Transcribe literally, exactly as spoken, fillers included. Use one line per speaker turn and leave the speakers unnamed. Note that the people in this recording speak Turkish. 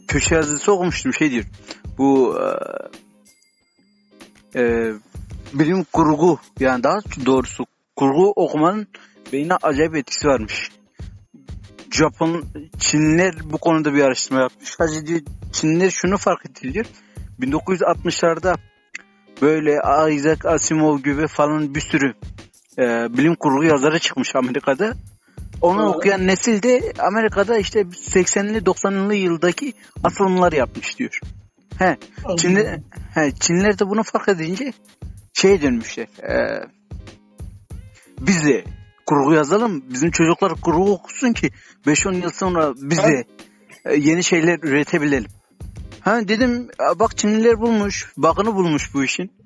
köşe yazısı okumuştum, şey diyor. Bu e, e, bilim kurgu, yani daha doğrusu kurgu okumanın beyine acayip etkisi varmış. Japon, Çinliler bu konuda bir araştırma yapmış. Hacı diyor, Çinliler şunu fark etti diyor. bin dokuz yüz altmışlarda böyle Isaac Asimov gibi falan bir sürü e, bilim kurgu yazarı çıkmış Amerika'da. Onu
Evet.
okuyan nesil de Amerika'da işte seksenli doksanlı yıldaki atılımlar yapmış diyor. He, Çinliler, he, Çinliler de bunu fark edince şeye dönmüşler. E, biz de kurgu yazalım, bizim çocuklar kurgu okusun ki beş on yıl sonra biz de e, yeni şeyler üretebilelim. Ha dedim, bak Çinliler bulmuş, bakını bulmuş bu işin.